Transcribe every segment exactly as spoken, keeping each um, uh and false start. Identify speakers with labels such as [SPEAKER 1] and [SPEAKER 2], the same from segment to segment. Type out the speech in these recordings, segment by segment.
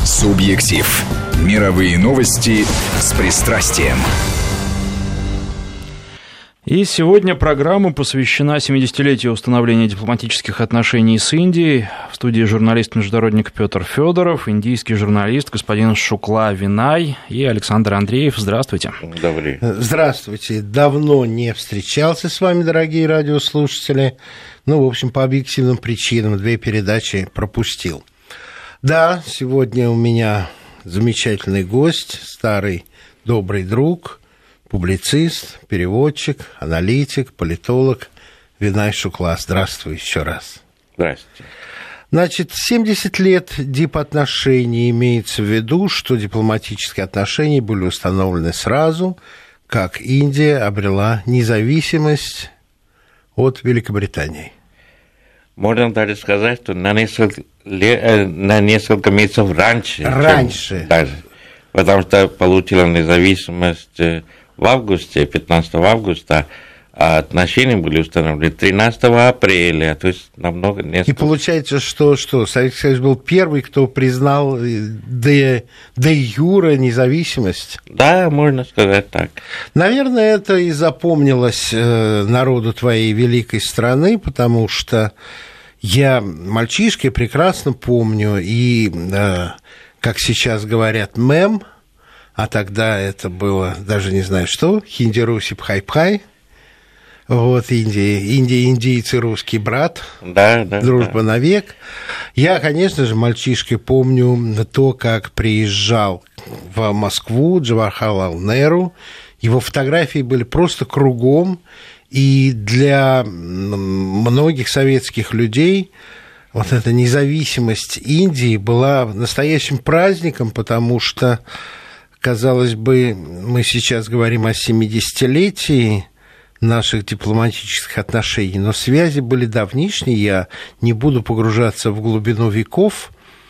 [SPEAKER 1] Субъектив. Мировые новости с пристрастием.
[SPEAKER 2] И сегодня программа посвящена семидесятилетию установления дипломатических отношений с Индией. В студии журналист-международник Петр Федоров, индийский журналист господин Шукла Винай и Александр Андреев. Здравствуйте.
[SPEAKER 3] Добрый.
[SPEAKER 4] Здравствуйте. Давно не встречался с вами, дорогие радиослушатели. Ну, в общем, по объективным причинам две передачи пропустил. Да, сегодня у меня замечательный гость, старый добрый друг, публицист, переводчик, аналитик, политолог Винай Шукла. Здравствуй еще раз.
[SPEAKER 3] Здравствуйте.
[SPEAKER 4] Значит, семьдесят лет дипотношений, имеется в виду, что дипломатические отношения были установлены сразу, как Индия обрела независимость от Великобритании.
[SPEAKER 3] Можно даже сказать, что на несколько, лет, на несколько месяцев раньше.
[SPEAKER 4] Раньше.
[SPEAKER 3] Даже, потому что получила независимость в августе, пятнадцатого августа, а отношения были установлены тринадцатого апреля, то есть намного несколько...
[SPEAKER 4] И получается, что, что Советский Союз был первый, кто признал де, де юре независимость?
[SPEAKER 3] Да, можно сказать так.
[SPEAKER 4] Наверное, это и запомнилось народу твоей великой страны, потому что я мальчишкой прекрасно помню, и, как сейчас говорят, мем, а тогда это было, даже не знаю что, хинди-руси пхай-пхай, вот, Индия, Индия, индийцы, русский брат,
[SPEAKER 3] да, да,
[SPEAKER 4] дружба
[SPEAKER 3] да.
[SPEAKER 4] навек. Я, конечно же, мальчишкой помню то, как приезжал в Москву Джавахарлал Неру, его фотографии были просто кругом, и для многих советских людей вот эта независимость Индии была настоящим праздником, потому что, казалось бы, мы сейчас говорим о семидесятилетии наших дипломатических отношений, но связи были давнишние, я не буду погружаться в глубину веков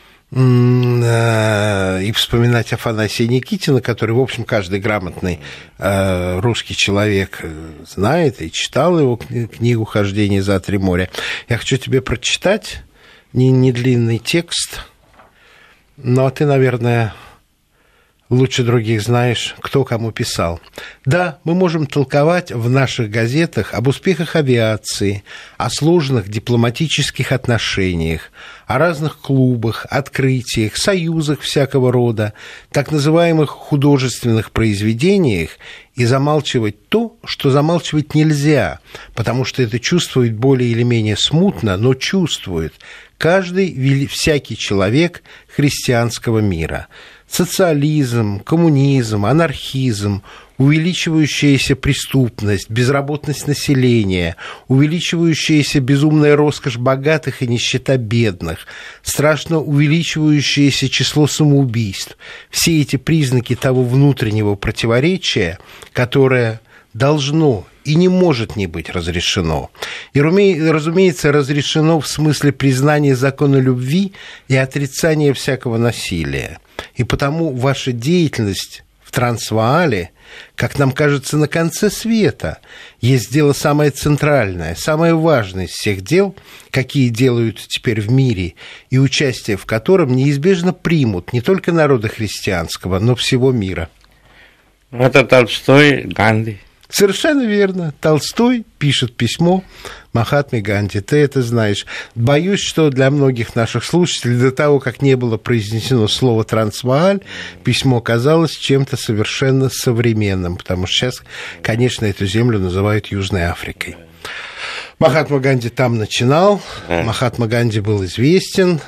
[SPEAKER 4] и вспоминать Афанасия Никитина, который, в общем, каждый грамотный русский человек знает и читал его книгу «Хождение за три моря». Я хочу тебе прочитать недлинный текст, но ты, наверное, лучше других знаешь, кто кому писал. Да, мы можем толковать в наших газетах об успехах авиации, о сложных дипломатических отношениях, о разных клубах, открытиях, союзах всякого рода, так называемых художественных произведениях и замалчивать то, что замалчивать нельзя, потому что это чувствует более или менее смутно, но чувствует каждый, всякий человек христианского мира. Социализм, коммунизм, анархизм, увеличивающаяся преступность, безработность населения, увеличивающаяся безумная роскошь богатых и нищета бедных, страшно увеличивающееся число самоубийств. Все эти признаки того внутреннего противоречия, которое должно и не может не быть разрешено. И, разумеется, разрешено в смысле признания закона любви и отрицания всякого насилия. И потому ваша деятельность в Трансваале, как нам кажется, на конце света, есть дело самое центральное, самое важное из всех дел, какие делают теперь в мире, и участие в котором неизбежно примут не только народа христианского, но всего мира.
[SPEAKER 3] Это Толстой, Ганди.
[SPEAKER 4] Совершенно верно. Толстой пишет письмо Махатме Ганди. Ты это знаешь. Боюсь, что для многих наших слушателей до того, как не было произнесено слово «Трансвааль», письмо казалось чем-то совершенно современным, потому что сейчас, конечно, эту землю называют Южной Африкой. Махатма Ганди там начинал. Махатма Ганди был известен.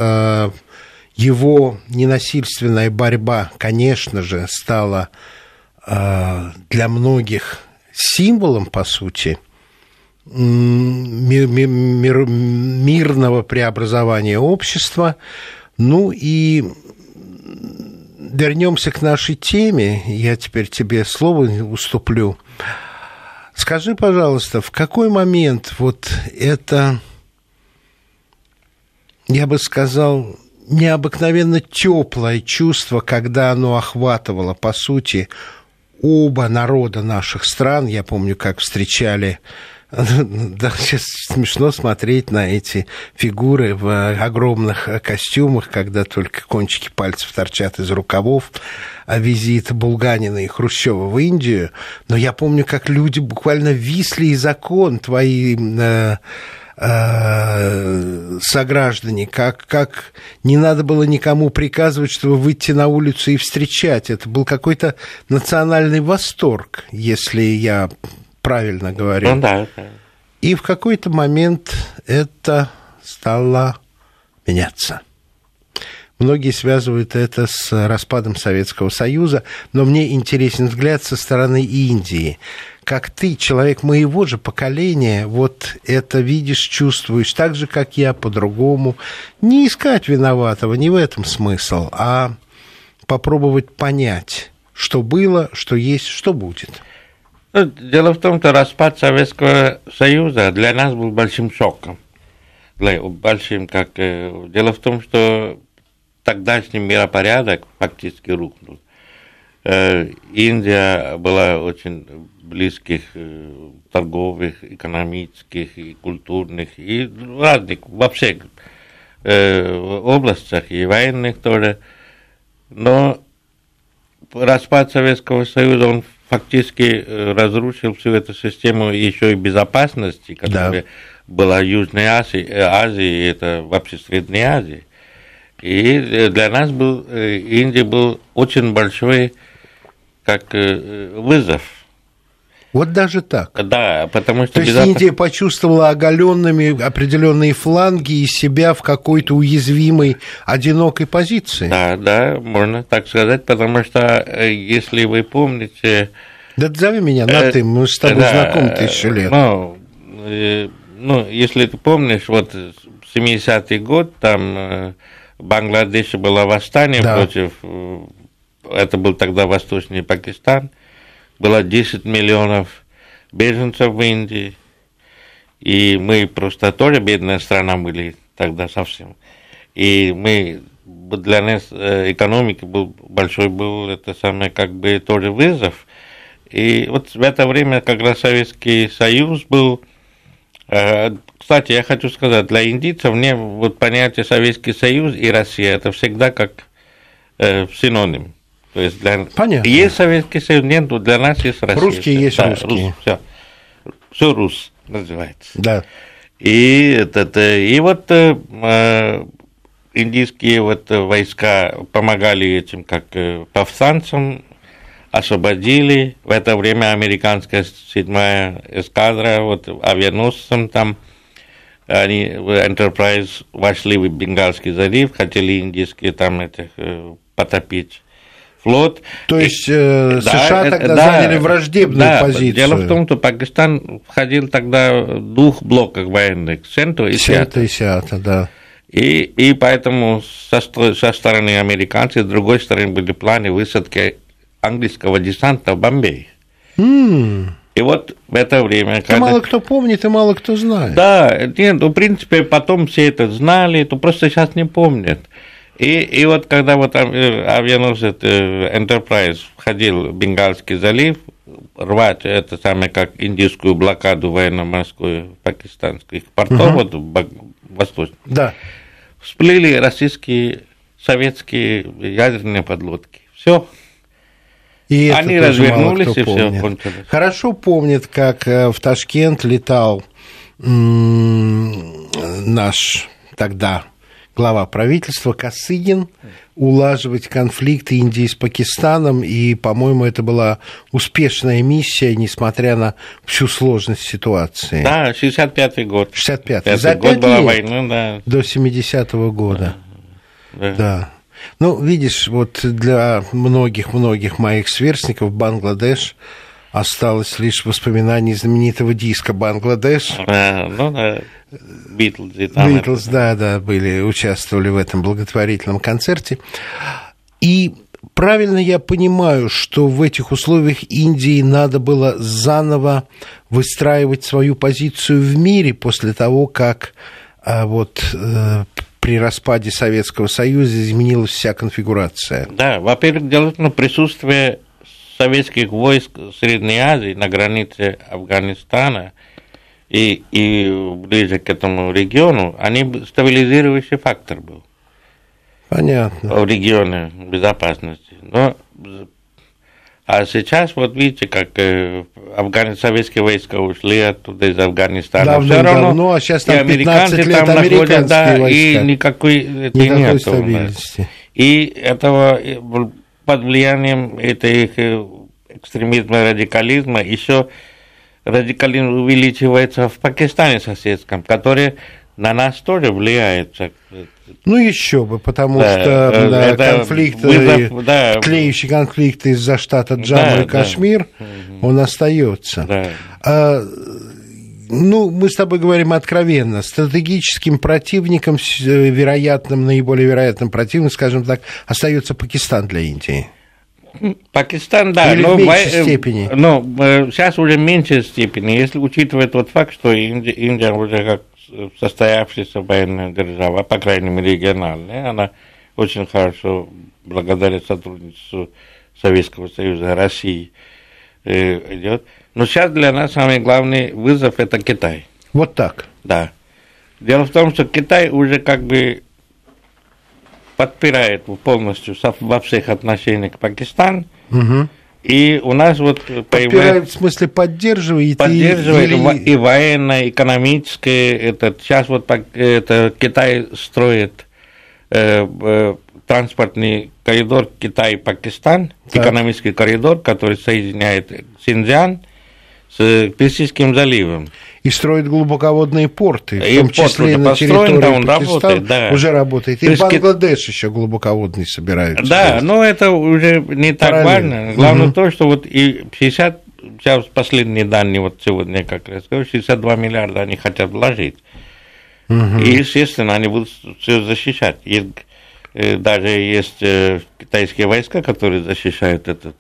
[SPEAKER 4] Его ненасильственная борьба, конечно же, стала для многих символом, по сути, мир, мир, мирного преобразования общества. Ну и вернемся к нашей теме. Я теперь тебе слово уступлю. Скажи, пожалуйста, в какой момент вот это, я бы сказал, необыкновенно теплое чувство, когда оно охватывало, по сути, оба народа наших стран. Я помню, как встречали Да, сейчас смешно смотреть на эти фигуры в огромных костюмах, когда только кончики пальцев торчат из рукавов, а визит Булганина и Хрущева в Индию. Но я помню, как люди буквально висли из окон, твои э, э, сограждане, как, как не надо было никому приказывать, чтобы выйти на улицу и встречать. Это был какой-то национальный восторг, если я... правильно говорю.
[SPEAKER 3] Ну, да, да.
[SPEAKER 4] И в какой-то момент это стало меняться. Многие связывают это с распадом Советского Союза, но мне интересен взгляд со стороны Индии. Как ты, человек моего же поколения, вот это видишь, чувствуешь, так же, как я, по-другому. Не искать виноватого, не в этом смысл, а попробовать понять, что было, что есть, что будет.
[SPEAKER 3] Ну, дело в том, что распад Советского Союза для нас был большим шоком. Для, большим, как, э, дело в том, что тогдашний миропорядок фактически рухнул. Э, Индия была очень близких э, торговых, экономических и культурных, и разных, во всех э, областях, и военных тоже. Но распад Советского Союза, он фактически разрушил всю эту систему еще и безопасности, которая да. была в Южной Азии, Азии, это вообще Средней Азии. И для нас был, Индия был очень большой как вызов.
[SPEAKER 4] Вот даже так.
[SPEAKER 3] Да, потому что...
[SPEAKER 4] То есть безопас... Индия почувствовала оголенными определенные фланги и себя в какой-то уязвимой, одинокой позиции.
[SPEAKER 3] Да, да, можно так сказать, потому что, если вы помните...
[SPEAKER 4] Да зови меня на «ты», мы с тобой да, знакомы тысячу лет.
[SPEAKER 3] Ну, ну, если ты помнишь, вот семидесятый год, там в Бангладеше было восстание да. против... Это был тогда Восточный Пакистан. Было десять миллионов беженцев в Индии, и мы просто тоже бедная страна были тогда совсем. И мы, для нас экономика был большой, был это самое как бы тоже вызов. И вот в это время, когда Советский Союз был, кстати, я хочу сказать, для индийцев мне вот понятие Советский Союз и Россия это всегда как синоним. То есть для...
[SPEAKER 4] Понятно.
[SPEAKER 3] Есть Советский Союз, нет, для нас есть Россия.
[SPEAKER 4] Русские есть
[SPEAKER 3] да,
[SPEAKER 4] русские.
[SPEAKER 3] Рус, все. все рус называется.
[SPEAKER 4] Да.
[SPEAKER 3] И, это, и вот э, индийские вот войска помогали этим как повстанцам, освободили. В это время американская седьмая эскадра, вот авианосцам там, они в Enterprise вошли в Бенгальский залив, хотели индийские там этих потопить. Флот.
[SPEAKER 4] То есть э, да, США тогда да, заняли враждебную да, позицию.
[SPEAKER 3] Дело в том, что Пакистан входил тогда в двух блоках военных, Сента и Сиата.
[SPEAKER 4] и Сиата, да.
[SPEAKER 3] И, и поэтому со, со стороны американцев, с другой стороны были планы высадки английского десанта в Бомбее.
[SPEAKER 4] Mm.
[SPEAKER 3] И вот в это время...
[SPEAKER 4] Это когда... мало кто помнит и мало кто знает.
[SPEAKER 3] Да, нет, ну, в принципе, потом все это знали, то просто сейчас не помнят. И, и вот когда вот авианосец Enterprise входил в Бенгальский залив, рвать это самое как индийскую блокаду военно-морскую пакистанских портов, угу. вот восточных,
[SPEAKER 4] да.
[SPEAKER 3] всплыли российские, советские ядерные подлодки. Все.
[SPEAKER 4] И
[SPEAKER 3] они развернулись и все кончилось.
[SPEAKER 4] Хорошо помнит, как в Ташкент летал наш тогда глава правительства Косыгин улаживать конфликт Индии с Пакистаном, и, по-моему, это была успешная миссия, несмотря на всю сложность ситуации.
[SPEAKER 3] Да, шестьдесят пятый год.
[SPEAKER 4] шестьдесят пятый. За
[SPEAKER 3] год была война, да.
[SPEAKER 4] До семидесятого года.
[SPEAKER 3] Да.
[SPEAKER 4] да. Ну, видишь, вот для многих-многих моих сверстников Бангладеш осталось лишь воспоминание знаменитого диска «Бангладеш».
[SPEAKER 3] А, ну да, Битлз.
[SPEAKER 4] Битлз, да, да, были, участвовали в этом благотворительном концерте. И правильно я понимаю, что в этих условиях Индии надо было заново выстраивать свою позицию в мире после того, как а, вот... Э, при распаде Советского Союза изменилась вся конфигурация.
[SPEAKER 3] Да, во-первых, дело в том, присутствие советских войск в Средней Азии на границе Афганистана и, и ближе к этому региону, они стабилизирующий фактор был.
[SPEAKER 4] Понятно.
[SPEAKER 3] В регионе безопасности. Но, а сейчас, вот видите, как Афгани... советские войска ушли оттуда из Афганистана.
[SPEAKER 4] Давно,
[SPEAKER 3] все равно,
[SPEAKER 4] давно, а сейчас там пятнадцать лет
[SPEAKER 3] там
[SPEAKER 4] американские
[SPEAKER 3] находят, да,
[SPEAKER 4] войска.
[SPEAKER 3] И никакой,
[SPEAKER 4] никакой
[SPEAKER 3] нет
[SPEAKER 4] стабильности.
[SPEAKER 3] И этого под влиянием этих экстремизма и радикализма еще радикализм увеличивается в Пакистане соседском, который на нас тоже влияет.
[SPEAKER 4] Ну, еще бы, потому
[SPEAKER 3] да,
[SPEAKER 4] что да, конфликт,
[SPEAKER 3] вызов, да.
[SPEAKER 4] тлеющий конфликт из-за штата Джамму
[SPEAKER 3] да,
[SPEAKER 4] и Кашмир, да. он остается.
[SPEAKER 3] Да.
[SPEAKER 4] А, ну, мы с тобой говорим откровенно, стратегическим противником, вероятным, наиболее вероятным противником, скажем так, остается Пакистан для Индии.
[SPEAKER 3] Пакистан, да,
[SPEAKER 4] или
[SPEAKER 3] но,
[SPEAKER 4] в меньшей степени.
[SPEAKER 3] Но сейчас уже в меньшей степени, если учитывать тот факт, что Индия, Индия уже как состоявшаяся военная держава, по крайней мере региональная, она очень хорошо, благодаря сотрудничеству Советского Союза, России идет. Но сейчас для нас самый главный вызов – это Китай.
[SPEAKER 4] Вот так?
[SPEAKER 3] Да. Дело в том, что Китай уже как бы подпирает полностью во всех отношениях Пакистан, угу. И у нас вот
[SPEAKER 4] появляется... в смысле, поддерживает?
[SPEAKER 3] Поддерживает или... и военное, и экономическое. Это, сейчас вот это, Китай строит э, э, транспортный коридор Китай-Пакистан, экономический коридор, который соединяет Синьцзян с Персидским заливом.
[SPEAKER 4] И строит глубоководные порты, в
[SPEAKER 3] и
[SPEAKER 4] том числе на территории
[SPEAKER 3] да, он
[SPEAKER 4] Пакистана,
[SPEAKER 3] работает, да.
[SPEAKER 4] уже работает. И Бангладеш ки... еще глубоководный собираются.
[SPEAKER 3] Да, делать. Но это уже не так важно. Главное угу. то, что вот и шестьдесят, сейчас последние данные, вот сегодня как раз говорю, шестьдесят два миллиарда они хотят вложить. Угу. И, естественно, они будут все защищать. И даже есть китайские войска, которые защищают этот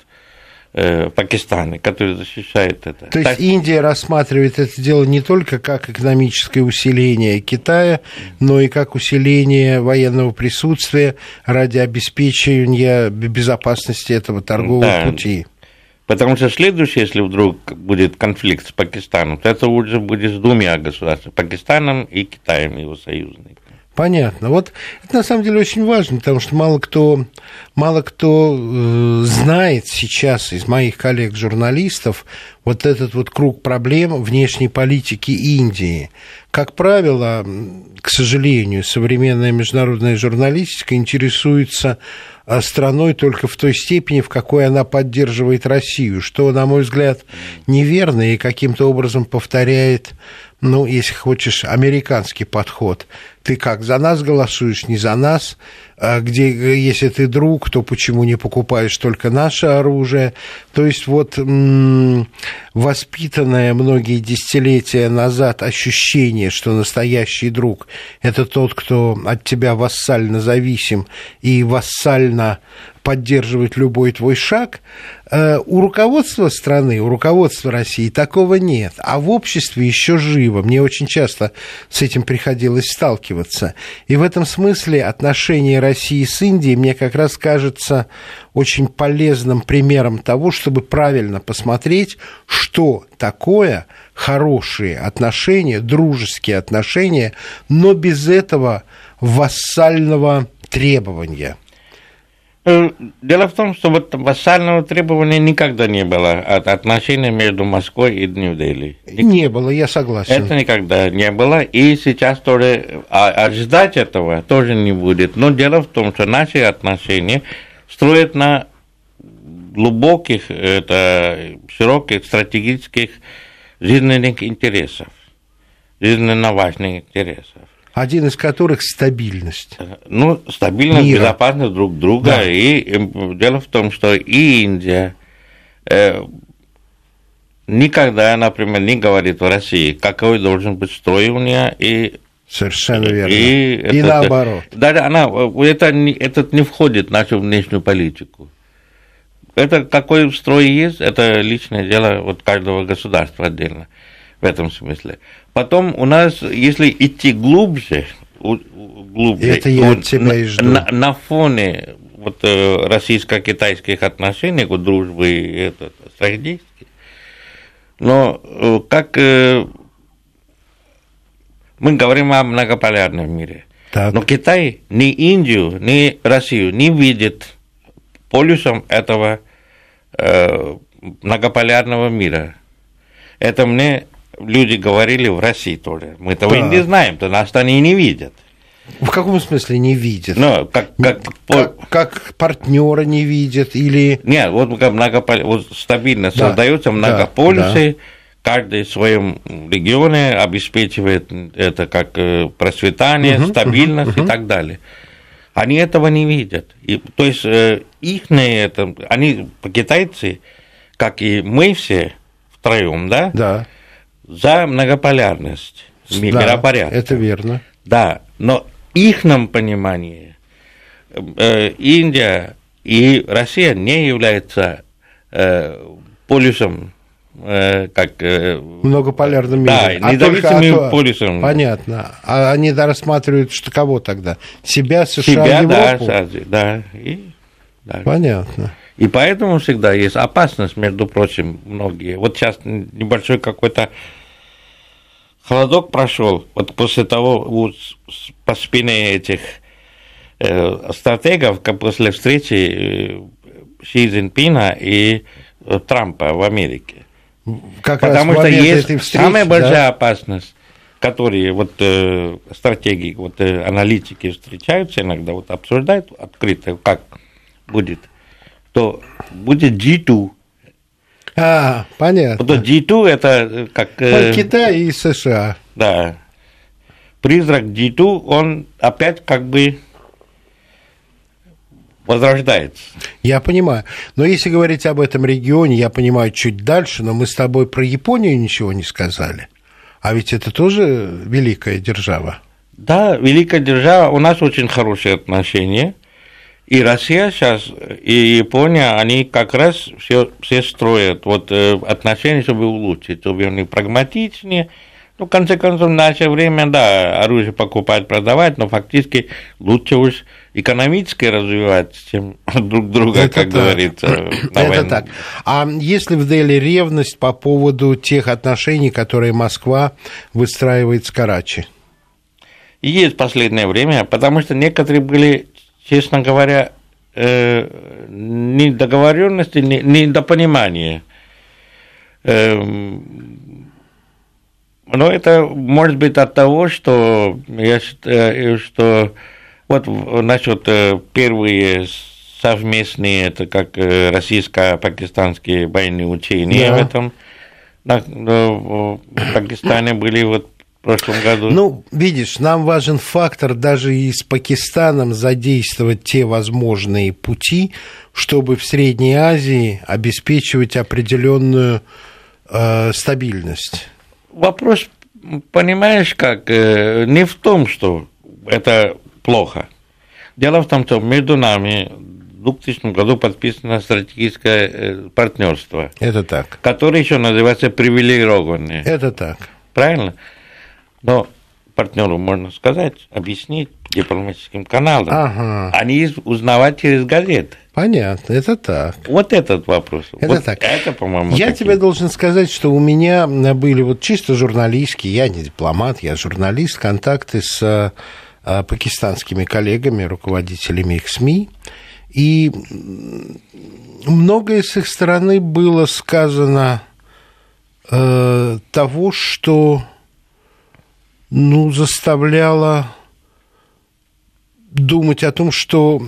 [SPEAKER 3] Пакистана, который защищает это.
[SPEAKER 4] То есть так... Индия рассматривает это дело не только как экономическое усиление Китая, но и как усиление военного присутствия ради обеспечения безопасности этого торгового да. пути.
[SPEAKER 3] Потому что следующее, если вдруг будет конфликт с Пакистаном, то это уже будет с двумя государствами, Пакистаном и Китаем, его союзниками.
[SPEAKER 4] Понятно. Вот это на самом деле очень важно, потому что мало кто, мало кто э, знает сейчас из моих коллег-журналистов вот этот вот круг проблем внешней политики Индии. Как правило, к сожалению, современная международная журналистика интересуется страной только в той степени, в какой она поддерживает Россию, что, на мой взгляд, неверно и каким-то образом повторяет, ну, если хочешь, американский подход. Ты как, за нас голосуешь, не за нас? Где, если ты друг, то почему не покупаешь только наше оружие? То есть вот м- воспитанное многие десятилетия назад ощущение, что настоящий друг – это тот, кто от тебя вассально зависим и вассально поддерживает любой твой шаг, у руководства страны, у руководства России такого нет, а в обществе еще живо. Мне очень часто с этим приходилось сталкиваться. И в этом смысле отношения России с Индией мне как раз кажется очень полезным примером того, чтобы правильно посмотреть, что такое хорошие отношения, дружеские отношения, но без этого вассального требования.
[SPEAKER 3] Дело в том, что вот вассального требования никогда не было от отношений между Москвой и Нью-Дели.
[SPEAKER 4] Не было, я согласен.
[SPEAKER 3] Это никогда не было, и сейчас тоже, а, а ждать этого тоже не будет. Но дело в том, что наши отношения строят на глубоких, это, широких стратегических жизненных интересов, жизненно важных интересов.
[SPEAKER 4] Один из которых стабильность.
[SPEAKER 3] Ну, стабильность, мира. Безопасность друг друга. Да. И, и дело в том, что и Индия э, никогда, например, не говорит в России, какой должен быть строй у нее. И,
[SPEAKER 4] совершенно верно.
[SPEAKER 3] И,
[SPEAKER 4] и
[SPEAKER 3] это,
[SPEAKER 4] наоборот.
[SPEAKER 3] Да, она, это, это не входит в нашу внешнюю политику. Это какой строй есть, это личное дело вот каждого государства отдельно. В этом смысле. Потом у нас, если идти глубже, глубже
[SPEAKER 4] это я от тебя и жду.
[SPEAKER 3] На, на фоне вот, российско-китайских отношений, вот, дружбы и это, стратегических, но как Мы говорим о многополярном мире.
[SPEAKER 4] Так.
[SPEAKER 3] Но Китай ни Индию, ни Россию не видит полюсом этого э, многополярного мира. Это мне люди говорили в России тоже. Мы этого и не знаем, то нас они и не видят.
[SPEAKER 4] В каком смысле не видят?
[SPEAKER 3] Ну, как, как,
[SPEAKER 4] как, как партнера не видят или...
[SPEAKER 3] Нет, вот, многополя... вот стабильно да, создаются многополюсы, да. Каждый в своем регионе обеспечивает это как процветание, угу, стабильность угу, и так далее. Они этого не видят. И, то есть их это, они, китайцы, как и мы все втроем, да,
[SPEAKER 4] да.
[SPEAKER 3] за многополярность да, миропорядка.
[SPEAKER 4] Это верно.
[SPEAKER 3] Да, но в их понимании э, Индия и Россия не являются э, полюсом, э, как... Э,
[SPEAKER 4] многополярным миром.
[SPEAKER 3] Да, а независимым только, полюсом.
[SPEAKER 4] Понятно. А они да, рассматривают, что кого тогда? Себя, США,
[SPEAKER 3] Себя,
[SPEAKER 4] Европу?
[SPEAKER 3] Да, да, и, да.
[SPEAKER 4] Понятно.
[SPEAKER 3] И поэтому всегда есть опасность, между прочим, многие. Вот сейчас небольшой какой-то холодок прошел, вот после того, вот, по спине этих э, стратегов, как после встречи э, Си Цзиньпина и э, Трампа в Америке.
[SPEAKER 4] Как
[SPEAKER 3] Потому
[SPEAKER 4] раз
[SPEAKER 3] что есть
[SPEAKER 4] встречи,
[SPEAKER 3] самая большая
[SPEAKER 4] да?
[SPEAKER 3] опасность, которые вот э, стратегии, вот э, аналитики встречаются иногда, вот обсуждают открыто, как будет, то будет джи два.
[SPEAKER 4] А, понятно.
[SPEAKER 3] Вот джи два это как...
[SPEAKER 4] Э, Китай и США.
[SPEAKER 3] Да. Призрак джи два, он опять как бы возрождается.
[SPEAKER 4] Я понимаю. Но если говорить об этом регионе, я понимаю чуть дальше, но мы с тобой про Японию ничего не сказали. А ведь это тоже великая держава. Да,
[SPEAKER 3] великая держава. У нас очень хорошие отношения. И Россия сейчас, и Япония, они как раз все, все строят вот, отношения, чтобы улучшить, чтобы они прагматичнее. Ну, в конце концов, в наше время, да, оружие покупать, продавать, но фактически лучше уж экономически развивать, чем друг друга, это как так. говорится.
[SPEAKER 4] Это так. А есть ли в Дели ревность по поводу тех отношений, которые Москва выстраивает с Карачи?
[SPEAKER 3] Есть в последнее время, потому что некоторые были... Честно говоря, э, недоговоренности, недопонимания. Э, но это может быть от того, что я считаю, что вот насчет первые совместные, это как российско-пакистанские военные учения да. в этом, в Пакистане были вот в прошлом году.
[SPEAKER 4] Ну, видишь, нам важен фактор даже и с Пакистаном задействовать те возможные пути, чтобы в Средней Азии обеспечивать определенную э, стабильность.
[SPEAKER 3] Вопрос, понимаешь, как, э, не в том, что это плохо. Дело в том, что между нами в двухтысячном году подписано стратегическое партнерство.
[SPEAKER 4] Это так.
[SPEAKER 3] Которое еще называется привилегированное.
[SPEAKER 4] Это так.
[SPEAKER 3] Правильно? Но партнеру можно сказать, объяснить дипломатическим каналам. Ага. Они узнавать через газеты.
[SPEAKER 4] Понятно, это так.
[SPEAKER 3] Вот этот вопрос.
[SPEAKER 4] Это
[SPEAKER 3] вот
[SPEAKER 4] так.
[SPEAKER 3] Это, по-моему,
[SPEAKER 4] я
[SPEAKER 3] такие.
[SPEAKER 4] тебе должен сказать, что у меня были вот чисто журналистские, я не дипломат, я журналист, контакты с а, пакистанскими коллегами, руководителями их СМИ. И многое с их стороны было сказано э, того, что ну, заставляло думать о том, что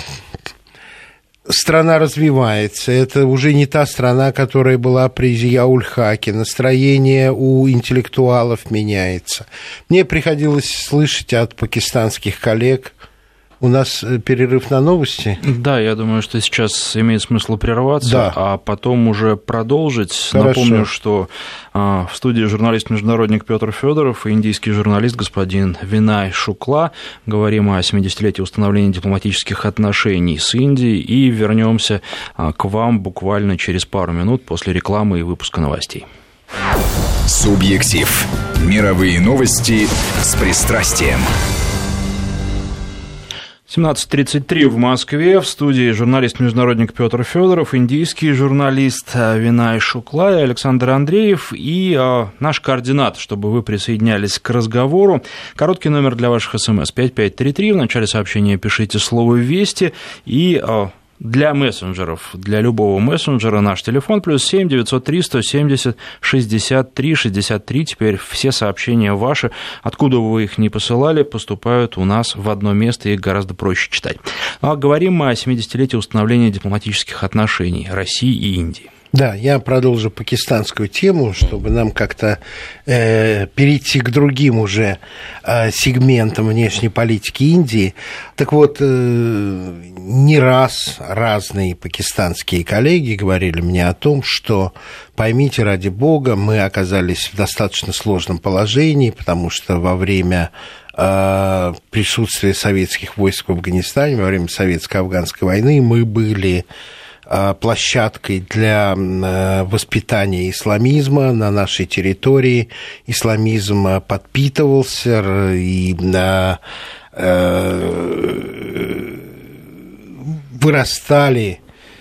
[SPEAKER 4] страна развивается. Это уже не та страна, которая была при Зияуль-Хаке. Настроение у интеллектуалов меняется. Мне приходилось слышать от пакистанских коллег. У нас перерыв на новости.
[SPEAKER 2] Да, я думаю, что сейчас имеет смысл прерваться, да. а потом уже продолжить.
[SPEAKER 4] Хорошо.
[SPEAKER 2] Напомню, что в студии журналист-международник Петр Федоров и индийский журналист господин Винай Шукла. Говорим о семидесятилетии установления дипломатических отношений с Индией и вернемся к вам буквально через пару минут после рекламы и выпуска новостей.
[SPEAKER 1] Субъектив. Мировые новости с пристрастием.
[SPEAKER 2] семнадцать тридцать три в Москве. В студии журналист-международник Петр Федоров, индийский журналист Винай Шукла и Александр Андреев. И э, наш координат, чтобы вы присоединялись к разговору. Короткий номер для ваших смс пять пять три три. В начале сообщения пишите слово «Вести». И э, для мессенджеров, для любого мессенджера наш телефон плюс семь девятьсот три сто семьдесят шестьдесят три шестьдесят три. Теперь все сообщения ваши, откуда вы их не посылали, поступают у нас в одно место, и их гораздо проще читать. А говорим мы о семидесятилетии установления дипломатических отношений России и Индии.
[SPEAKER 4] Да, я продолжу пакистанскую тему, чтобы нам как-то э, перейти к другим уже э, сегментам внешней политики Индии. Так вот, э, не раз разные пакистанские коллеги говорили мне о том, что, поймите, ради бога, мы оказались в достаточно сложном положении, потому что во время э, присутствия советских войск в Афганистане, во время советско-афганской войны мы были площадкой для воспитания исламизма на нашей территории. Исламизм подпитывался, и вырастали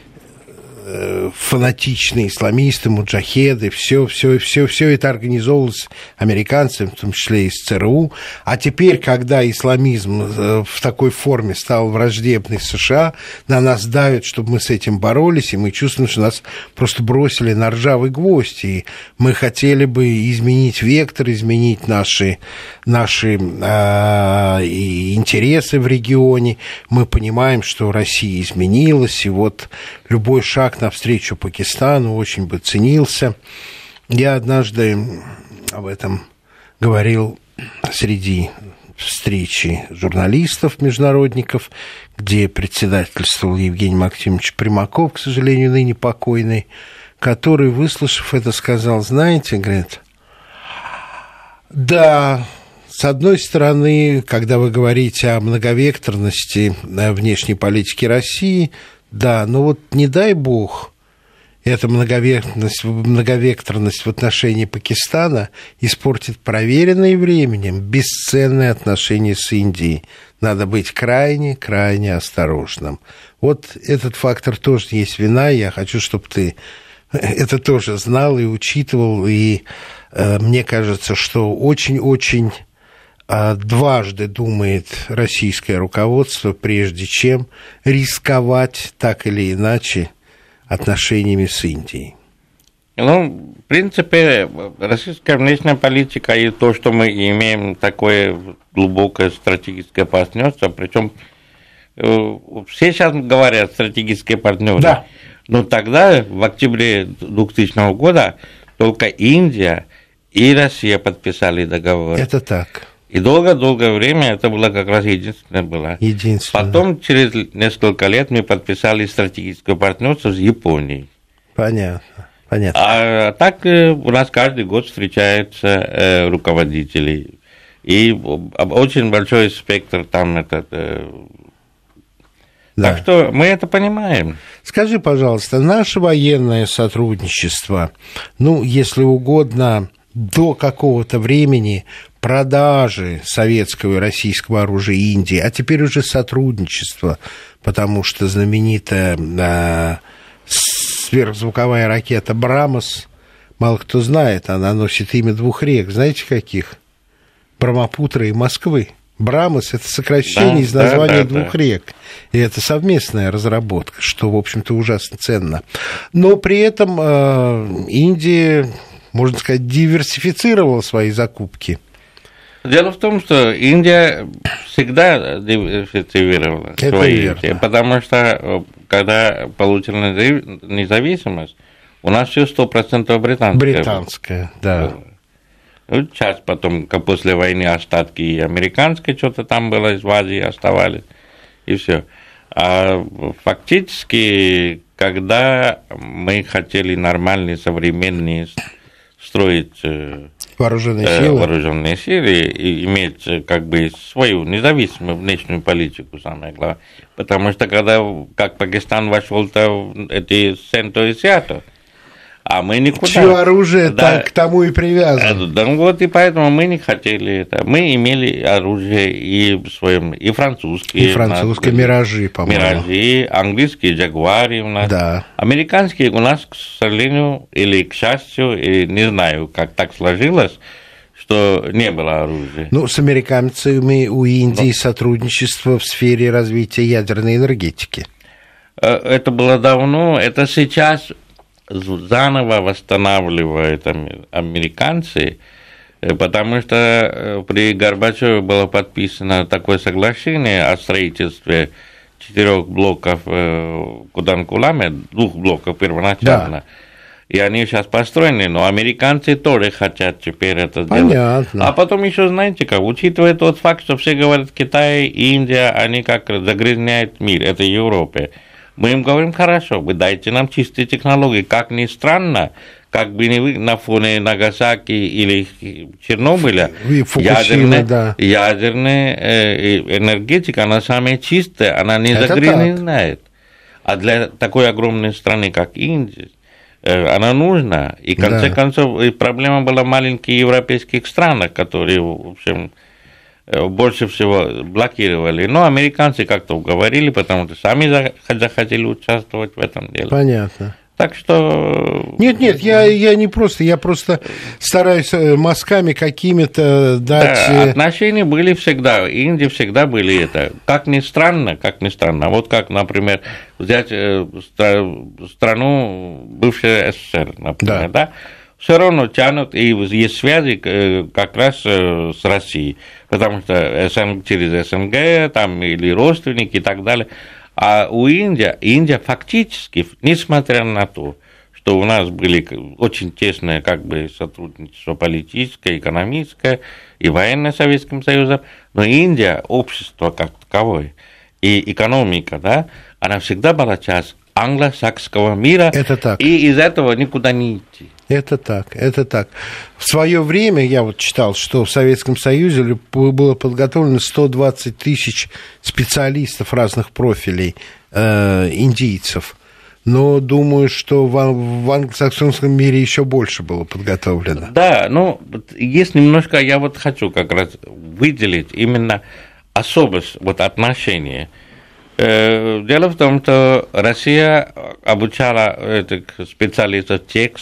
[SPEAKER 4] фанатичные исламисты, муджахеды, все, все, все, все это организовывалось американцами, в том числе из ЦРУ. А теперь, когда исламизм в такой форме стал враждебный США, на нас давят, чтобы мы с этим боролись, и мы чувствуем, что нас просто бросили на ржавый гвоздь, и мы хотели бы изменить вектор, изменить наши, наши э, интересы в регионе. Мы понимаем, что Россия изменилась, и вот любой шаг навстречу Пакистану очень бы ценился. Я однажды об этом говорил среди встречи журналистов-международников, где председательствовал Евгений Максимович Примаков, к сожалению, ныне покойный, который, выслушав это, сказал: знаете, говорит, да, с одной стороны, когда вы говорите о многовекторности внешней политики России, да, но вот не дай бог эта многовекторность, многовекторность в отношении Пакистана испортит проверенные временем бесценные отношения с Индией. Надо быть крайне, крайне осторожным. Вот этот фактор тоже есть вина, я хочу, чтобы ты это тоже знал и учитывал, и э, мне кажется, что очень-очень дважды думает российское руководство, прежде чем рисковать так или иначе отношениями с Индией.
[SPEAKER 3] Ну, в принципе, российская внешняя политика и то, что мы имеем такое глубокое стратегическое партнерство, причем все сейчас говорят стратегические партнеры,
[SPEAKER 4] да.
[SPEAKER 3] Но тогда, в октябре двухтысячного года, только Индия и Россия подписали договор.
[SPEAKER 4] Это так.
[SPEAKER 3] И долго-долгое время это было как раз единственное было.
[SPEAKER 4] Единственное.
[SPEAKER 3] Потом, через несколько лет, мы подписали стратегическое партнерство с Японией.
[SPEAKER 4] Понятно, понятно.
[SPEAKER 3] А так у нас каждый год встречаются руководители. И очень большой спектр там этот. Да. Так что мы это понимаем.
[SPEAKER 4] Скажи, пожалуйста, наше военное сотрудничество, ну, если угодно, до какого-то времени продажи советского и российского оружия Индии, а теперь уже сотрудничество, потому что знаменитая э, сверхзвуковая ракета «Брамос», мало кто знает, она носит имя двух рек. Знаете, каких? Брамапутра и Москвы. «Брамос» — это сокращение да, из названия да, да, двух да. рек. И это совместная разработка, что, в общем-то, ужасно ценно. Но при этом э, Индия, можно сказать, диверсифицировала свои закупки.
[SPEAKER 3] Дело в том, что Индия всегда диверсифицировала
[SPEAKER 4] это
[SPEAKER 3] свои,
[SPEAKER 4] верно.
[SPEAKER 3] Потому что когда получила независимость, у нас все сто процентов британское.
[SPEAKER 4] Британское, да.
[SPEAKER 3] Ну, сейчас потом, как после войны, остатки и американской что-то там было, из Азии оставались, и все. А фактически, когда мы хотели нормальные, современные строить
[SPEAKER 4] вооруженные силы,
[SPEAKER 3] вооруженные силы и иметь как бы свою независимую внешнюю политику, самое главное. Потому что когда, как Пакистан вошел-то в эти Сенто и Сиато, А мы никуда.
[SPEAKER 4] Чье оружие
[SPEAKER 3] да.
[SPEAKER 4] так, к тому и привязано.
[SPEAKER 3] Да, ну вот и поэтому мы не хотели это. Мы имели оружие и в своем, и французские.
[SPEAKER 4] И французские миражи, по-моему.
[SPEAKER 3] Миражи, английские джагуари у нас.
[SPEAKER 4] Да.
[SPEAKER 3] Американские у нас, к сожалению, или к счастью, или не знаю, как так сложилось, что не было оружия.
[SPEAKER 4] Ну, с американцами у Индии
[SPEAKER 3] Но...
[SPEAKER 4] сотрудничество в сфере развития ядерной энергетики.
[SPEAKER 3] Это было давно, это сейчас заново восстанавливают американцы, потому что при Горбачеве было подписано такое соглашение о строительстве четырех блоков в Куданкуламе, двух блоков первоначально. Да. И они сейчас построены, но американцы тоже хотят теперь это
[SPEAKER 4] Понятно.
[SPEAKER 3] делать. А потом еще, знаете как, учитывая тот факт, что все говорят, Китай, Индия, они как загрязняют мир, это Европа. Мы им говорим, хорошо, вы дайте нам чистые технологии. Как ни странно, как бы не вы на фоне Нагасаки или Чернобыля, ядерная, да. ядерная энергетика, она самая чистая, она не загрязняет. А для такой огромной страны, как Индия, она нужна. И в конце да. концов, проблема была в маленьких европейских странах, которые, в общем, больше всего блокировали. Но американцы как-то уговорили, потому что сами захотели участвовать в этом деле.
[SPEAKER 4] Понятно.
[SPEAKER 3] Так что...
[SPEAKER 4] Нет, нет, я, я не просто, я просто стараюсь мазками какими-то дать...
[SPEAKER 3] Да, отношения были всегда, Индии всегда были это. Как ни странно, как ни странно. Вот как, например, взять страну бывшей СССР, например, да, да? Все равно тянут, и есть связи как раз с Россией, потому что СНГ, через СНГ, там, или родственники и так далее. А у Индии, Индия фактически, несмотря на то, что у нас были очень тесное как бы сотрудничество политическое, экономическое и военное с Советским Союзом, но Индия, общество как таковое, и экономика, да, она всегда была часть англосаксского мира,
[SPEAKER 4] это так.
[SPEAKER 3] И из этого никуда не идти.
[SPEAKER 4] Это так, это так. В свое время я вот читал, что в Советском Союзе было подготовлено сто двадцать тысяч специалистов разных профилей, э, индийцев. Но думаю, что в, в англосаксонском мире еще больше было подготовлено.
[SPEAKER 3] Да, ну, есть немножко, я вот хочу как раз выделить именно особость вот отношения. Дело в том, что Россия обучала этих специалистов в тех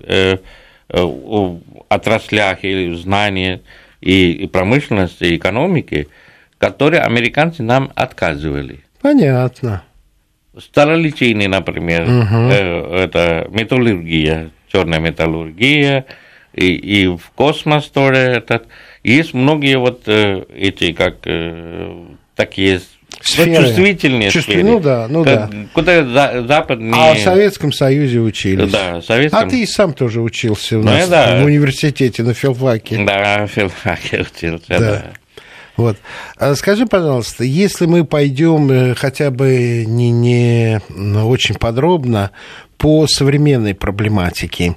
[SPEAKER 3] отраслях или знаниях и промышленности, и экономики, которые американцы нам отказывали.
[SPEAKER 4] Понятно.
[SPEAKER 3] Сталолитейные, например, угу. это металлургия, черная металлургия, и, и в космос тоже этот. Есть многие вот эти, как такие
[SPEAKER 4] сферы.
[SPEAKER 3] Чувствительные
[SPEAKER 4] Чувств...
[SPEAKER 3] сферы.
[SPEAKER 4] Ну да, ну
[SPEAKER 3] как,
[SPEAKER 4] да.
[SPEAKER 3] Куда за, западные...
[SPEAKER 4] А в Советском Союзе учились.
[SPEAKER 3] Да, в Советском...
[SPEAKER 4] А ты и сам тоже учился у
[SPEAKER 3] ну,
[SPEAKER 4] нас
[SPEAKER 3] да.
[SPEAKER 4] в университете на филфаке.
[SPEAKER 3] Да, на филфаке учился, да. да.
[SPEAKER 4] Вот. А скажи, пожалуйста, если мы пойдем хотя бы не, не очень подробно по современной проблематике,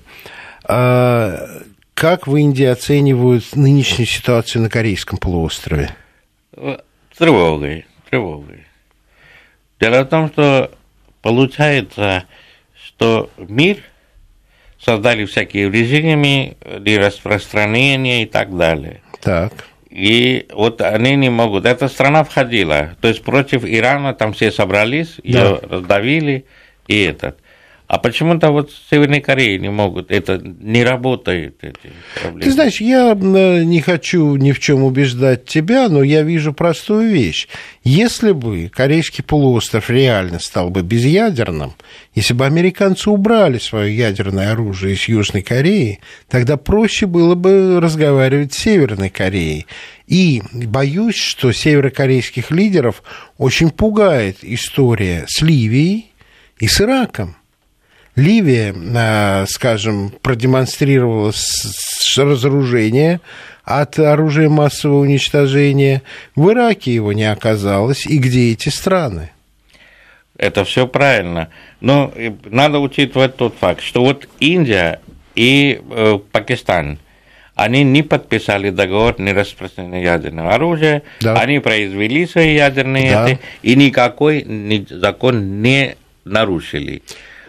[SPEAKER 4] как в Индии оценивают нынешнюю ситуацию на Корейском полуострове?
[SPEAKER 3] С тревогой, тревогой. Дело в том, что получается, что мир создали всякие режимы для распространения и так далее.
[SPEAKER 4] Так.
[SPEAKER 3] И вот они не могут. Эта страна входила, то есть против Ирана там все собрались,
[SPEAKER 4] да.
[SPEAKER 3] ее раздавили, и этот. А почему-то вот в Северной Корее не могут, это не работает, эти проблемы.
[SPEAKER 4] Ты знаешь, я не хочу ни в чем убеждать тебя, но я вижу простую вещь. Если бы Корейский полуостров реально стал бы безъядерным, если бы американцы убрали свое ядерное оружие из Южной Кореи, тогда проще было бы разговаривать с Северной Кореей. И боюсь, что северокорейских лидеров очень пугает история с Ливией и с Ираком. Ливия, скажем, продемонстрировала разоружение от оружия массового уничтожения. В Ираке его не оказалось. И где эти страны?
[SPEAKER 3] Это все правильно. Но надо учитывать тот факт, что вот Индия и э, Пакистан, они не подписали договор не распространения ядерного оружия, да. Они произвели свои ядерные, да. И никакой закон не нарушили.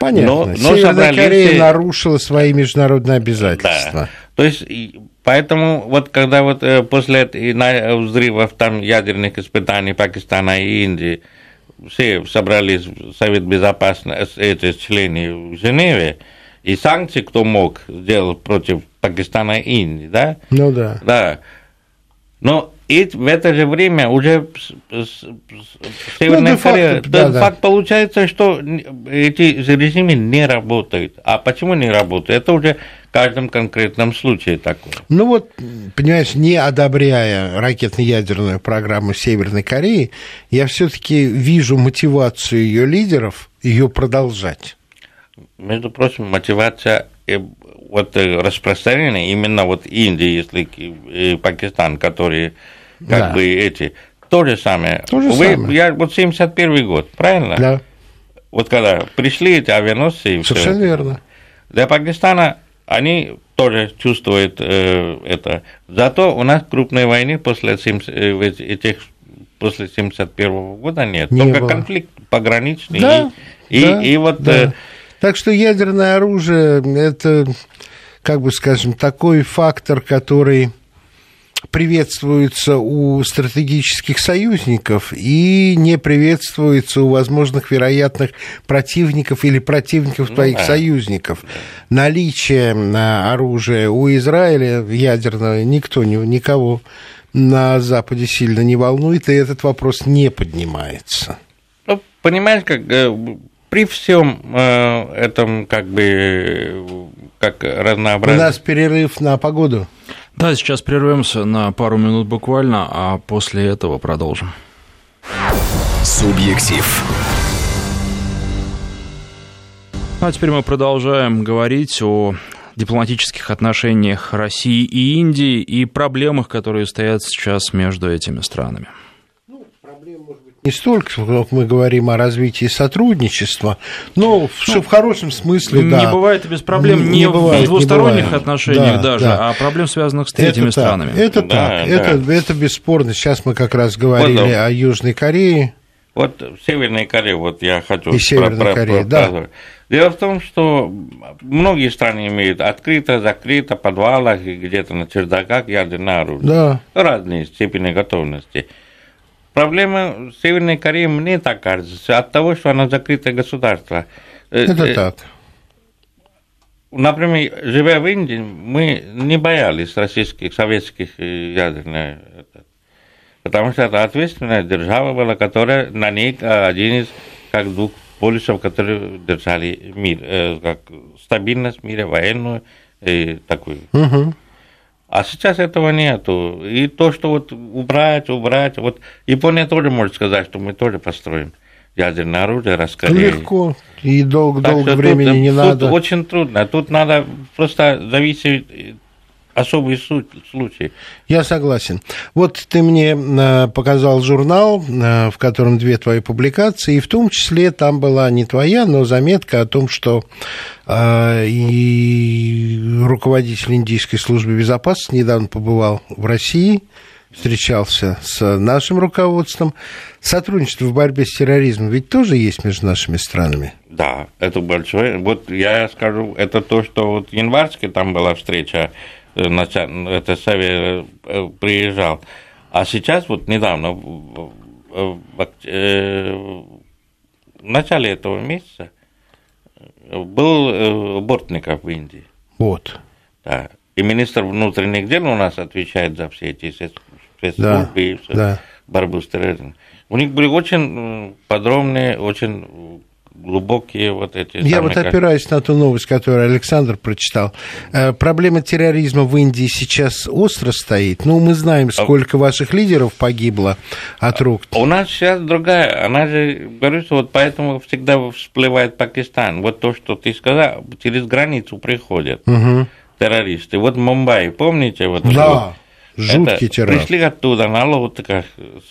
[SPEAKER 4] Понятно.
[SPEAKER 3] Но, но
[SPEAKER 4] Северная Корея
[SPEAKER 3] все...
[SPEAKER 4] нарушила свои международные обязательства.
[SPEAKER 3] Да. То есть, поэтому вот когда вот после взрывов там ядерных испытаний Пакистана и Индии все собрались в Совет Безопасности, эти члены в Женеве, и санкции, кто мог, сделал против Пакистана и Индии, да?
[SPEAKER 4] Ну да.
[SPEAKER 3] Да. Но и в это же время уже Северная ну, Корея, факт, да, факт да. получается, что эти режимы не работают. А почему не работают? Это уже в каждом конкретном случае такое.
[SPEAKER 4] Ну вот, понимаешь, не одобряя ракетно-ядерную программу Северной Кореи, я все-таки вижу мотивацию ее лидеров ее продолжать.
[SPEAKER 3] Между прочим, мотивация вот распространения именно вот Индии, если и Пакистан, которые как да. бы эти, то же самое.
[SPEAKER 4] То же
[SPEAKER 3] Вы,
[SPEAKER 4] самое.
[SPEAKER 3] Я, вот семьдесят первый год, правильно?
[SPEAKER 4] Да.
[SPEAKER 3] Вот когда пришли эти авианосцы и
[SPEAKER 4] совершенно
[SPEAKER 3] все,
[SPEAKER 4] верно.
[SPEAKER 3] Для Пакистана они тоже чувствуют э, это. Зато у нас крупной войны после этих после семьдесят первого года нет.
[SPEAKER 4] Не
[SPEAKER 3] Только
[SPEAKER 4] было.
[SPEAKER 3] Конфликт пограничный.
[SPEAKER 4] Да,
[SPEAKER 3] и,
[SPEAKER 4] да,
[SPEAKER 3] и, и вот.
[SPEAKER 4] Да.
[SPEAKER 3] Э,
[SPEAKER 4] Так что ядерное оружие – это, как бы скажем, такой фактор, который приветствуется у стратегических союзников и не приветствуется у возможных вероятных противников или противников ну, твоих да. союзников. Наличие оружия у Израиля ядерного никто, никого на Западе сильно не волнует, и этот вопрос не поднимается.
[SPEAKER 3] Ну, понимаешь, как... При всем э, этом, как бы, как разнообразие...
[SPEAKER 4] У нас перерыв на погоду.
[SPEAKER 2] Да, сейчас прервемся на пару минут буквально, а после этого продолжим.
[SPEAKER 1] Субъектив.
[SPEAKER 2] А теперь мы продолжаем говорить о дипломатических отношениях России и Индии и проблемах, которые стоят сейчас между этими странами.
[SPEAKER 4] Не столько, как мы говорим о развитии сотрудничества, но ну, в хорошем смысле,
[SPEAKER 2] не
[SPEAKER 4] да.
[SPEAKER 2] Не бывает и без проблем, не, не бывает, в двусторонних не отношениях да, даже, да. а проблем, связанных с третьими
[SPEAKER 4] это
[SPEAKER 2] странами.
[SPEAKER 4] Так, это да, так, да. Это, это бесспорно. Сейчас мы как раз говорили вот, о Южной Корее.
[SPEAKER 3] Вот в Северной Корее, вот я хочу...
[SPEAKER 4] И Северной Корее, да.
[SPEAKER 3] Дело в том, что многие страны имеют открыто, закрыто, в подвалах, где-то на чердаках ядерное оружие.
[SPEAKER 4] Да.
[SPEAKER 3] Разные степени готовности. Проблема Северной Кореи, мне так кажется, от того, что она закрытое государство.
[SPEAKER 4] Это так.
[SPEAKER 3] Например, живя в Индии, мы не боялись российских, советских ядерных, потому что это ответственная держава была, которая на ней один из как двух полюсов, которые держали мир, как стабильность в мире, военную и такую. Угу. А сейчас этого нету. И то, что вот убрать, убрать, вот Япония тоже может сказать, что мы тоже построим ядерное оружие, раскореем.
[SPEAKER 4] Легко, и долго, долго времени
[SPEAKER 3] тут,
[SPEAKER 4] не
[SPEAKER 3] тут
[SPEAKER 4] надо.
[SPEAKER 3] Тут очень трудно, тут надо просто зависеть особый случай.
[SPEAKER 4] Я согласен. Вот ты мне показал журнал, в котором две твои публикации, и в том числе там была не твоя, но заметка о том, что и руководитель Индийской службы безопасности недавно побывал в России, встречался с нашим руководством. Сотрудничество в борьбе с терроризмом ведь тоже есть между нашими странами?
[SPEAKER 3] Да, это большое. Вот я скажу, это то, что вот в январске там была встреча, это Саве приезжал. А сейчас вот недавно, в начале этого месяца, был Бортников в Индии.
[SPEAKER 4] Вот.
[SPEAKER 3] Да. И министр внутренних дел у нас отвечает за все эти спецслужбы
[SPEAKER 4] да,
[SPEAKER 3] и все,
[SPEAKER 4] да.
[SPEAKER 3] борьбу с терроризмом. У них были очень подробные, очень глубокие вот эти...
[SPEAKER 4] Я вот опираюсь на ту новость, которую Александр прочитал. Проблема терроризма в Индии сейчас остро стоит. Ну, мы знаем, сколько ваших лидеров погибло от рук.
[SPEAKER 3] У нас сейчас другая. Она же, говорю, что вот поэтому всегда всплывает Пакистан. Вот то, что ты сказал, через границу приходят угу. террористы. Вот в Мумбаи, помните? Вот,
[SPEAKER 4] да, вот, жуткий террор.
[SPEAKER 3] Пришли оттуда на лодках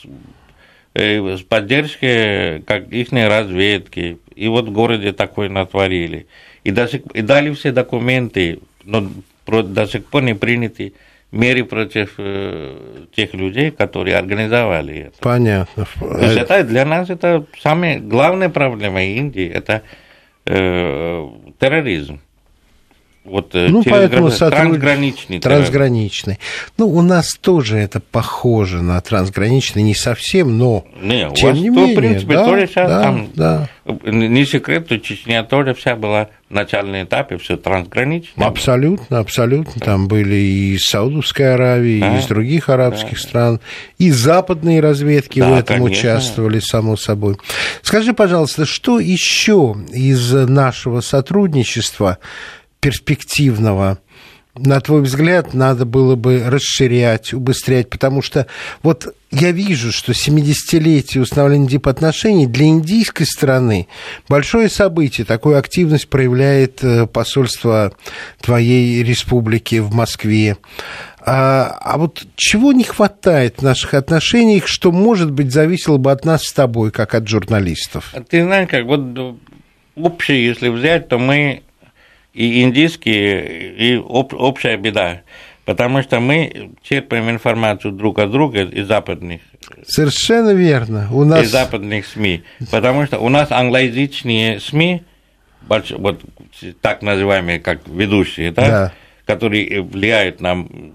[SPEAKER 3] с поддержкой как их разведки, и вот в городе такое натворили. И, до сих, и дали все документы, но до сих пор не приняты меры против э, тех людей, которые организовали это.
[SPEAKER 4] Понятно.
[SPEAKER 3] То есть это, для нас это самая главная проблема Индии, это э, терроризм. Вот,
[SPEAKER 4] ну,
[SPEAKER 3] через
[SPEAKER 4] поэтому
[SPEAKER 3] границу,
[SPEAKER 4] сотруд...
[SPEAKER 3] трансграничный.
[SPEAKER 4] Трансграничный. Ну, у нас тоже это похоже на трансграничный, не совсем, но
[SPEAKER 3] не,
[SPEAKER 4] тем
[SPEAKER 3] у вас
[SPEAKER 4] не
[SPEAKER 3] то,
[SPEAKER 4] менее.
[SPEAKER 3] в принципе,
[SPEAKER 4] да,
[SPEAKER 3] тоже сейчас
[SPEAKER 4] да,
[SPEAKER 3] там,
[SPEAKER 4] да.
[SPEAKER 3] Не секрет, что Чечня тоже вся была в начальном этапе, все трансгранично.
[SPEAKER 4] Абсолютно, абсолютно. Да. Там были и из Саудовской Аравии, да. и из других арабских да. стран, и западные разведки да, в этом конечно. Участвовали, само собой. Скажи, пожалуйста, что еще из нашего сотрудничества перспективного, на твой взгляд, надо было бы расширять, убыстрять, потому что вот я вижу, что семидесятилетие установления дипотношений для индийской страны большое событие, такую активность проявляет посольство твоей республики в Москве. А, а вот чего не хватает в наших отношениях, что, может быть, зависело бы от нас с тобой, как от журналистов?
[SPEAKER 3] Ты знаешь, как вот общее, если взять, то мы и индийские, и об, общая беда, потому что мы черпаем информацию друг от друга из западных.
[SPEAKER 4] Совершенно верно. У нас...
[SPEAKER 3] Из западных СМИ, потому что у нас англоязычные СМИ, вот так называемые, как ведущие, да, да. которые влияют на...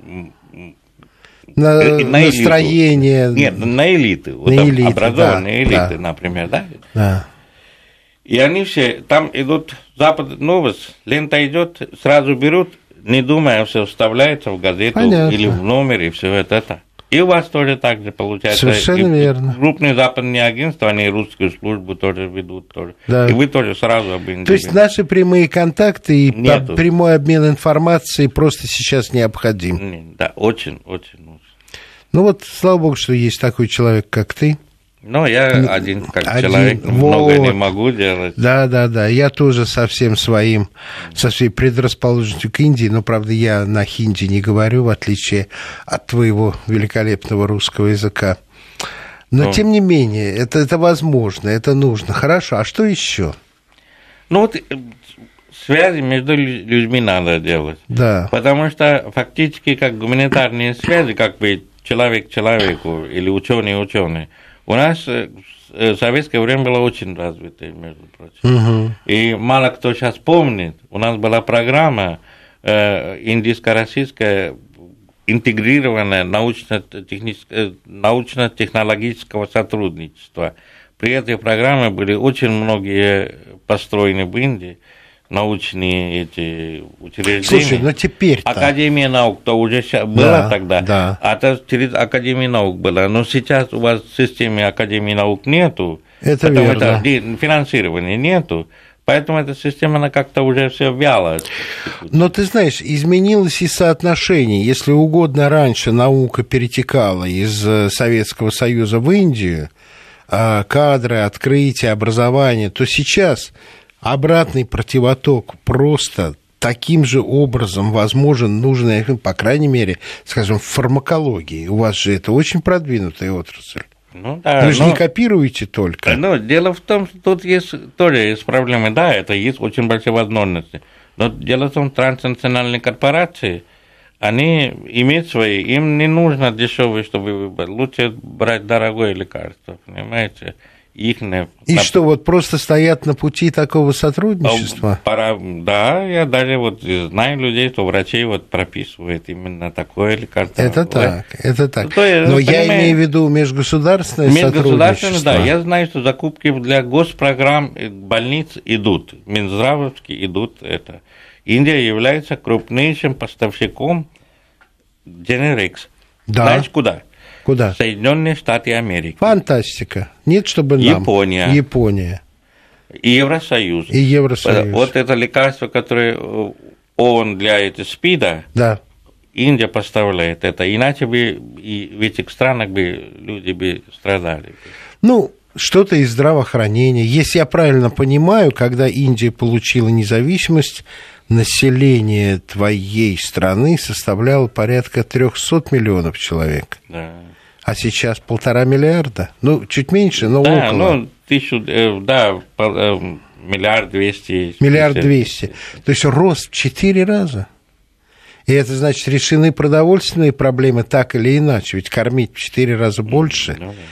[SPEAKER 4] На,
[SPEAKER 3] на
[SPEAKER 4] настроение.
[SPEAKER 3] Нет, на элиты,
[SPEAKER 4] на
[SPEAKER 3] вот
[SPEAKER 4] элиты
[SPEAKER 3] образованные
[SPEAKER 4] да,
[SPEAKER 3] элиты,
[SPEAKER 4] да.
[SPEAKER 3] например, да?
[SPEAKER 4] Да.
[SPEAKER 3] И они все, там идут запад новость, лента идет, сразу берут, не думая, все вставляется в газету Понятно. Или в номер, и все это, это. И у вас тоже так же получается.
[SPEAKER 4] Совершенно
[SPEAKER 3] и
[SPEAKER 4] верно.
[SPEAKER 3] Крупные западные агентства, они русскую службу тоже ведут. Тоже.
[SPEAKER 4] Да.
[SPEAKER 3] И вы тоже сразу об Индии.
[SPEAKER 4] То есть наши прямые контакты и Нету. Прямой обмен информацией просто сейчас необходим.
[SPEAKER 3] Нет, да, очень, очень нужно.
[SPEAKER 4] Ну вот, слава богу, что есть такой человек, как ты.
[SPEAKER 3] Ну, я один, как
[SPEAKER 4] один,
[SPEAKER 3] человек,
[SPEAKER 4] вот.
[SPEAKER 3] Много не могу делать.
[SPEAKER 4] Да, да, да. Я тоже со всем своим, со всей предрасположенностью к Индии, но, правда, я на хинди не говорю, в отличие от твоего великолепного русского языка. Но, ну, тем не менее, это, это возможно, это нужно. Хорошо, а что еще?
[SPEAKER 3] Ну, вот связи между людьми надо делать.
[SPEAKER 4] Да.
[SPEAKER 3] Потому что фактически, как гуманитарные связи, как бы человек человеку или ученый ученый, у нас в советское время было очень развито, между прочим. Угу. И мало кто сейчас помнит, у нас была программа э, индийско-российская интегрированная научно-технического, научно-технологического сотрудничества. При этой программе были очень многие построены в Индии научные эти учреждения.
[SPEAKER 4] Слушай, но теперь-то...
[SPEAKER 3] Академия наук-то уже была
[SPEAKER 4] да,
[SPEAKER 3] тогда,
[SPEAKER 4] да.
[SPEAKER 3] а то через Академию наук была. Но сейчас у вас в системе Академии наук нету.
[SPEAKER 4] Это верно.
[SPEAKER 3] Это финансирования нету. Поэтому эта система, она как-то уже все вяла.
[SPEAKER 4] Но ты знаешь, изменилось и соотношение. Если угодно, раньше наука перетекала из Советского Союза в Индию, кадры, открытия, образование, то сейчас... Обратный противоток просто таким же образом возможен, нужно, по крайней мере, скажем, в фармакологии. У вас же это очень продвинутая отрасль.
[SPEAKER 3] Ну, да,
[SPEAKER 4] Вы же
[SPEAKER 3] но,
[SPEAKER 4] не копируете только.
[SPEAKER 3] Ну, дело в том, что тут есть тоже есть проблемы. Да, это есть очень большие возможности. Но дело в том, транснациональные корпорации, они имеют свои, им не нужно дешевые, чтобы выбрать. Лучше брать дорогое лекарство, понимаете? Их не...
[SPEAKER 4] И что, вот просто стоят на пути такого сотрудничества?
[SPEAKER 3] Пора... Да, я даже вот знаю людей, что врачей вот прописывают именно такое лекарство.
[SPEAKER 4] Это так, это так.
[SPEAKER 3] То,
[SPEAKER 4] Но
[SPEAKER 3] я
[SPEAKER 4] понимаю, имею в виду межгосударственное, межгосударственное сотрудничество.
[SPEAKER 3] Да, я знаю, что закупки для госпрограмм больниц идут, Минздравовские идут это. Индия является крупнейшим поставщиком Generics.
[SPEAKER 4] Да.
[SPEAKER 3] Знаешь, куда?
[SPEAKER 4] Куда?
[SPEAKER 3] Соединенные Штаты Америки.
[SPEAKER 4] Фантастика. Нет, чтобы нам.
[SPEAKER 3] Япония.
[SPEAKER 4] Япония.
[SPEAKER 3] И Евросоюз.
[SPEAKER 4] И Евросоюз.
[SPEAKER 3] Вот это лекарство, которое ООН для этого СПИДа,
[SPEAKER 4] да.
[SPEAKER 3] Индия поставляет это. Иначе бы и в этих странах бы люди бы страдали.
[SPEAKER 4] Ну, что-то из здравоохранения. Если я правильно понимаю, когда Индия получила независимость, население твоей страны составляло порядка триста миллионов человек.
[SPEAKER 3] Да.
[SPEAKER 4] А сейчас полтора миллиарда. Ну, чуть меньше, но
[SPEAKER 3] да,
[SPEAKER 4] около.
[SPEAKER 3] Ну, тысячу, да, миллиард двести.
[SPEAKER 4] Миллиард двести. То есть рост в четыре раза. И это значит, решены продовольственные проблемы так или иначе. Ведь кормить в четыре раза больше.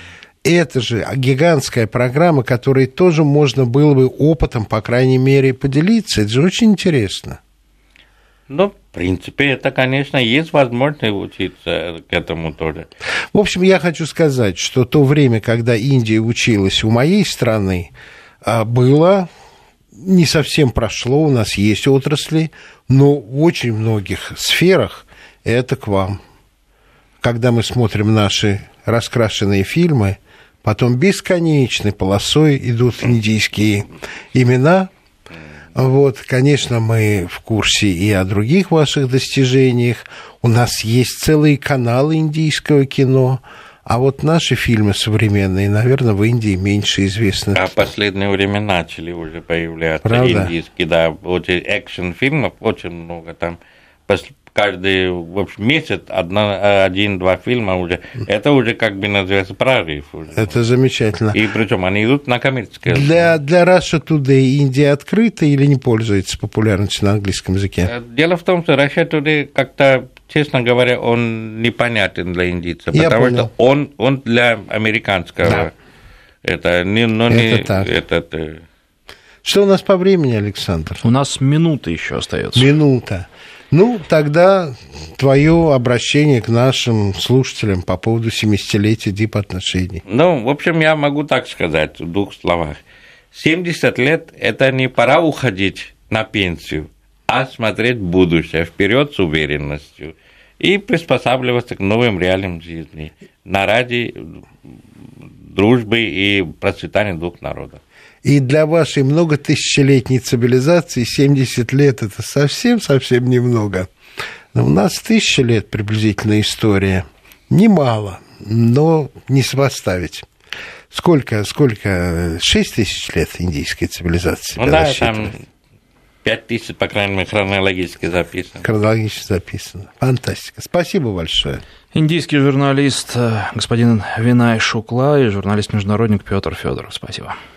[SPEAKER 4] это же гигантская программа, которой тоже можно было бы опытом, по крайней мере, поделиться. Это же очень интересно.
[SPEAKER 3] Ну, в принципе, это, конечно, есть возможность учиться к этому тоже.
[SPEAKER 4] В общем, я хочу сказать, что то время, когда Индия училась у моей страны, было... не совсем прошло, у нас есть отрасли, но в очень многих сферах это к вам. Когда мы смотрим наши раскрашенные фильмы, потом бесконечной полосой идут индийские имена. Вот, конечно, мы в курсе и о других ваших достижениях. У нас есть целые каналы индийского кино. А вот наши фильмы современные, наверное, в Индии меньше известны.
[SPEAKER 3] А в последнее время начали уже появляться.
[SPEAKER 4] Правда?
[SPEAKER 3] Индийские, да, очень экшн-фильмов, очень много там. Каждый, в общем, месяц один-два фильма уже. Это уже как бы называется прорыв. Уже.
[SPEAKER 4] Это замечательно.
[SPEAKER 3] И причем они идут на коммерческое.
[SPEAKER 4] Для, для Russia Today Индия открыта или не пользуется популярностью на английском языке?
[SPEAKER 3] Дело в том, что Russia Today как-то, честно говоря, он непонятен для индийцев,
[SPEAKER 4] Я
[SPEAKER 3] потому
[SPEAKER 4] понял.
[SPEAKER 3] что он, он для американского. Да. Это не, но
[SPEAKER 4] это
[SPEAKER 3] не
[SPEAKER 4] так.
[SPEAKER 3] Этот...
[SPEAKER 4] Что у нас по времени, Александр?
[SPEAKER 2] У нас минута еще остается.
[SPEAKER 4] Минута. Ну, тогда твое обращение к нашим слушателям по поводу семидесятилетия дипотношений.
[SPEAKER 3] Ну, в общем, я могу так сказать в двух словах. семьдесят лет – это не пора уходить на пенсию, а смотреть в будущее, вперед с уверенностью и приспосабливаться к новым реалиям жизни на ради дружбы и процветания двух народов.
[SPEAKER 4] И для вашей многотысячелетней цивилизации семьдесят лет – это совсем-совсем немного. Но у нас тысяча лет приблизительно история. Немало, но не сопоставить. Сколько, сколько? шесть тысяч лет индийской цивилизации?
[SPEAKER 3] Ну да, там пять тысяч, по крайней мере, хронологически записано.
[SPEAKER 4] Хронологически записано. Фантастика. Спасибо большое.
[SPEAKER 2] Индийский журналист господин Винай Шукла и журналист-международник Петр Федоров. Спасибо.